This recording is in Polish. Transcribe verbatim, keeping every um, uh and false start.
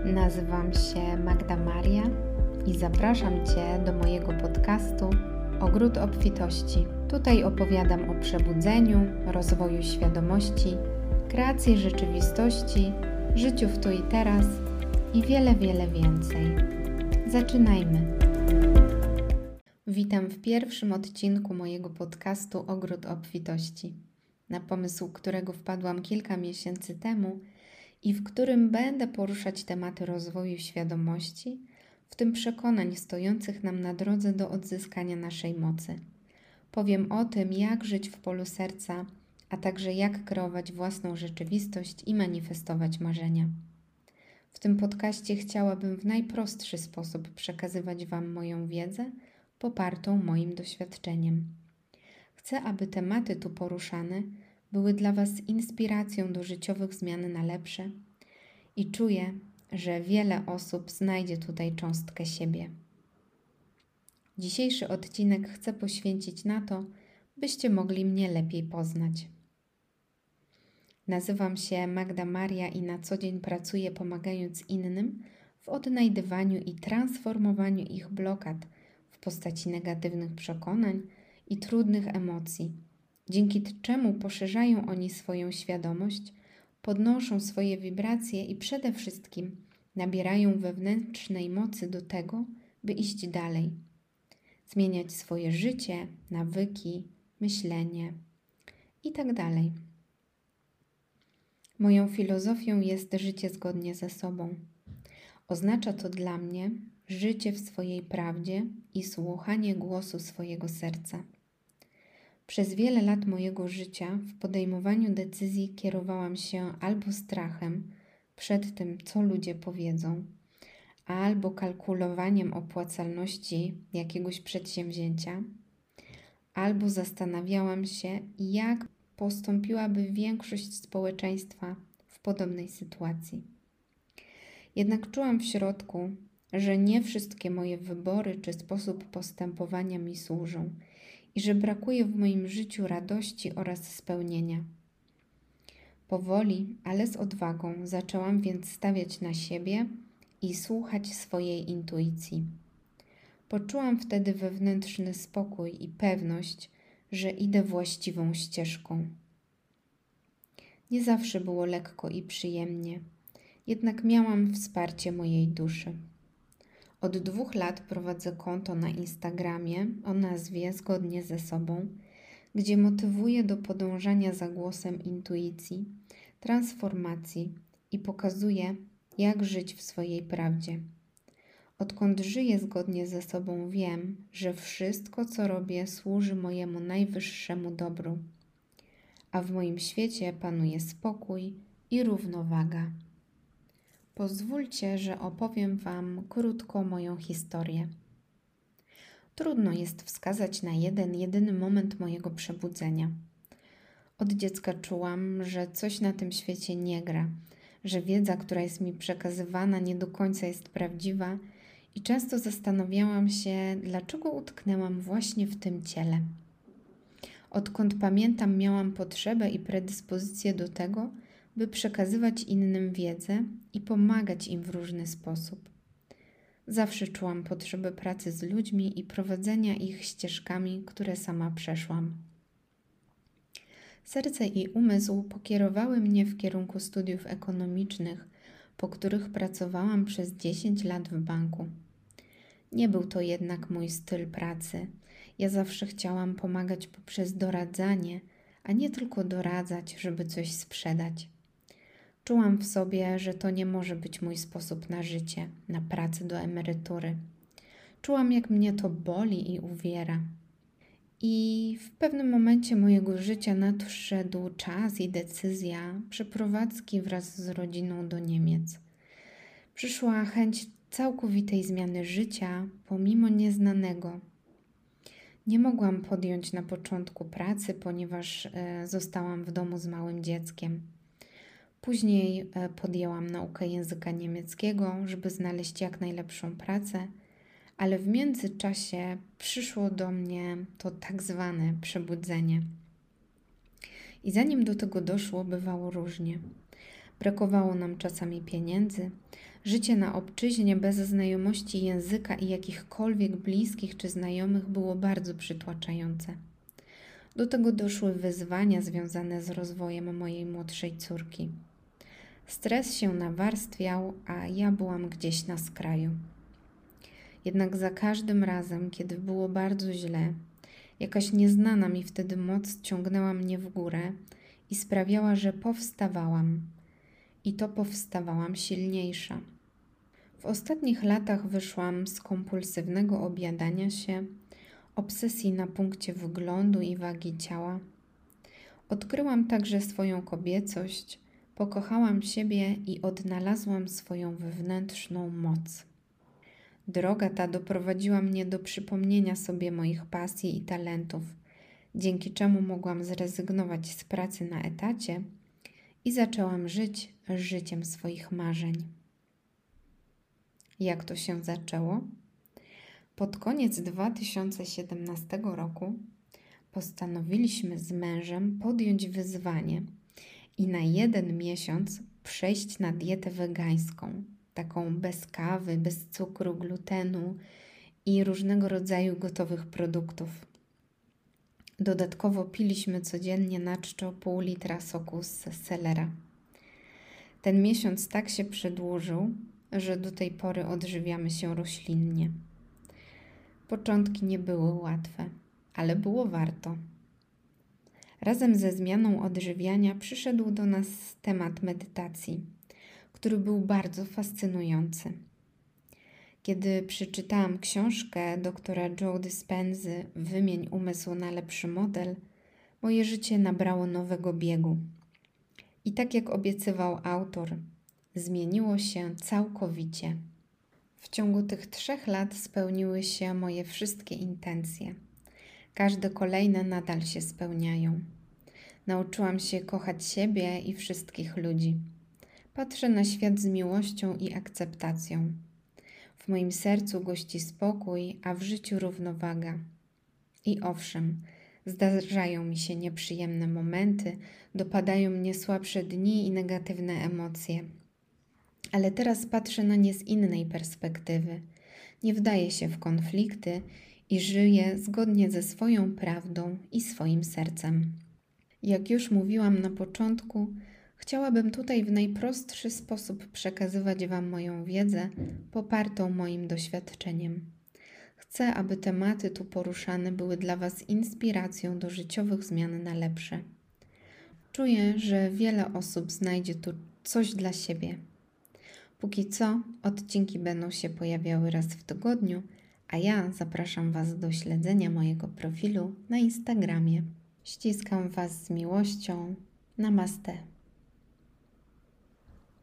Nazywam się Magda Maria i zapraszam Cię do mojego podcastu Ogród Obfitości. Tutaj opowiadam o przebudzeniu, rozwoju świadomości, kreacji rzeczywistości, życiu w tu i teraz i wiele, wiele więcej. Zaczynajmy! Witam w pierwszym odcinku mojego podcastu Ogród Obfitości, na pomysł którego wpadłam kilka miesięcy temu i w którym będę poruszać tematy rozwoju świadomości, w tym przekonań stojących nam na drodze do odzyskania naszej mocy. Powiem o tym, jak żyć w polu serca, a także jak kreować własną rzeczywistość i manifestować marzenia. W tym podcaście chciałabym w najprostszy sposób przekazywać Wam moją wiedzę, popartą moim doświadczeniem. Chcę, aby tematy tu poruszane były dla Was inspiracją do życiowych zmian na lepsze i czuję, że wiele osób znajdzie tutaj cząstkę siebie. Dzisiejszy odcinek chcę poświęcić na to, byście mogli mnie lepiej poznać. Nazywam się Magda Maria i na co dzień pracuję pomagając innym w odnajdywaniu i transformowaniu ich blokad w postaci negatywnych przekonań i trudnych emocji, dzięki czemu poszerzają oni swoją świadomość, podnoszą swoje wibracje i przede wszystkim nabierają wewnętrznej mocy do tego, by iść dalej, zmieniać swoje życie, nawyki, myślenie itd. Moją filozofią jest życie zgodnie ze sobą. Oznacza to dla mnie życie w swojej prawdzie i słuchanie głosu swojego serca. Przez wiele lat mojego życia w podejmowaniu decyzji kierowałam się albo strachem przed tym, co ludzie powiedzą, albo kalkulowaniem opłacalności jakiegoś przedsięwzięcia, albo zastanawiałam się, jak postąpiłaby większość społeczeństwa w podobnej sytuacji. Jednak czułam w środku, że nie wszystkie moje wybory czy sposób postępowania mi służą i że brakuje w moim życiu radości oraz spełnienia. Powoli, ale z odwagą zaczęłam więc stawiać na siebie i słuchać swojej intuicji. Poczułam wtedy wewnętrzny spokój i pewność, że idę właściwą ścieżką. Nie zawsze było lekko i przyjemnie, jednak miałam wsparcie mojej duszy. Od dwóch lat prowadzę konto na Instagramie o nazwie Zgodnie ze sobą, gdzie motywuję do podążania za głosem intuicji, transformacji i pokazuję, jak żyć w swojej prawdzie. Odkąd żyję zgodnie ze sobą, wiem, że wszystko, co robię, służy mojemu najwyższemu dobru, a w moim świecie panuje spokój i równowaga. Pozwólcie, że opowiem Wam krótko moją historię. Trudno jest wskazać na jeden, jedyny moment mojego przebudzenia. Od dziecka czułam, że coś na tym świecie nie gra, że wiedza, która jest mi przekazywana, nie do końca jest prawdziwa i często zastanawiałam się, dlaczego utknęłam właśnie w tym ciele. Odkąd pamiętam, miałam potrzebę i predyspozycję do tego, by przekazywać innym wiedzę i pomagać im w różny sposób. Zawsze czułam potrzebę pracy z ludźmi i prowadzenia ich ścieżkami, które sama przeszłam. Serce i umysł pokierowały mnie w kierunku studiów ekonomicznych, po których pracowałam przez dziesięć lat w banku. Nie był to jednak mój styl pracy. Ja zawsze chciałam pomagać poprzez doradzanie, a nie tylko doradzać, żeby coś sprzedać. Czułam w sobie, że to nie może być mój sposób na życie, na pracę do emerytury. Czułam, jak mnie to boli i uwiera. I w pewnym momencie mojego życia nadszedł czas i decyzja przeprowadzki wraz z rodziną do Niemiec. Przyszła chęć całkowitej zmiany życia, pomimo nieznanego. Nie mogłam podjąć na początku pracy, ponieważ e, zostałam w domu z małym dzieckiem. Później e, podjęłam naukę języka niemieckiego, żeby znaleźć jak najlepszą pracę, ale w międzyczasie przyszło do mnie to tak zwane przebudzenie. I zanim do tego doszło, bywało różnie. Brakowało nam czasami pieniędzy, Życie na obczyźnie bez znajomości języka i jakichkolwiek bliskich czy znajomych było bardzo przytłaczające. Do tego doszły wyzwania związane z rozwojem mojej młodszej córki. Stres się nawarstwiał, a ja byłam gdzieś na skraju. Jednak za każdym razem, kiedy było bardzo źle, jakaś nieznana mi wtedy moc ciągnęła mnie w górę i sprawiała, że powstawałam. I to powstawałam silniejsza. W ostatnich latach wyszłam z kompulsywnego objadania się, obsesji na punkcie wyglądu i wagi ciała. Odkryłam także swoją kobiecość, pokochałam siebie i odnalazłam swoją wewnętrzną moc. Droga ta doprowadziła mnie do przypomnienia sobie moich pasji i talentów, dzięki czemu mogłam zrezygnować z pracy na etacie i zaczęłam żyć życiem swoich marzeń. Jak to się zaczęło? Pod koniec dwa tysiące siedemnastego roku postanowiliśmy z mężem podjąć wyzwanie i na jeden miesiąc przejść na dietę wegańską, taką bez kawy, bez cukru, glutenu i różnego rodzaju gotowych produktów. Dodatkowo piliśmy codziennie na czczo pół litra soku z selera. Ten miesiąc tak się przedłużył, że do tej pory odżywiamy się roślinnie. Początki nie były łatwe, ale było warto. Razem ze zmianą odżywiania przyszedł do nas temat medytacji, który był bardzo fascynujący. Kiedy przeczytałam książkę doktora Joe Dispenzy Wymień umysł na lepszy model, moje życie nabrało nowego biegu. I tak jak obiecywał autor, zmieniło się całkowicie. W ciągu tych trzech lat spełniły się moje wszystkie intencje. Każde kolejne nadal się spełniają. Nauczyłam się kochać siebie i wszystkich ludzi. Patrzę na świat z miłością i akceptacją. W moim sercu gości spokój, a w życiu równowaga. I owszem, zdarzają mi się nieprzyjemne momenty, dopadają mnie słabsze dni i negatywne emocje. Ale teraz patrzę na nie z innej perspektywy. Nie wdaję się w konflikty i żyję zgodnie ze swoją prawdą i swoim sercem. Jak już mówiłam na początku, chciałabym tutaj w najprostszy sposób przekazywać Wam moją wiedzę popartą moim doświadczeniem. Chcę, aby tematy tu poruszane były dla Was inspiracją do życiowych zmian na lepsze. Czuję, że wiele osób znajdzie tu coś dla siebie. Póki co, odcinki będą się pojawiały raz w tygodniu, a ja zapraszam Was do śledzenia mojego profilu na Instagramie. Ściskam Was z miłością. Namaste.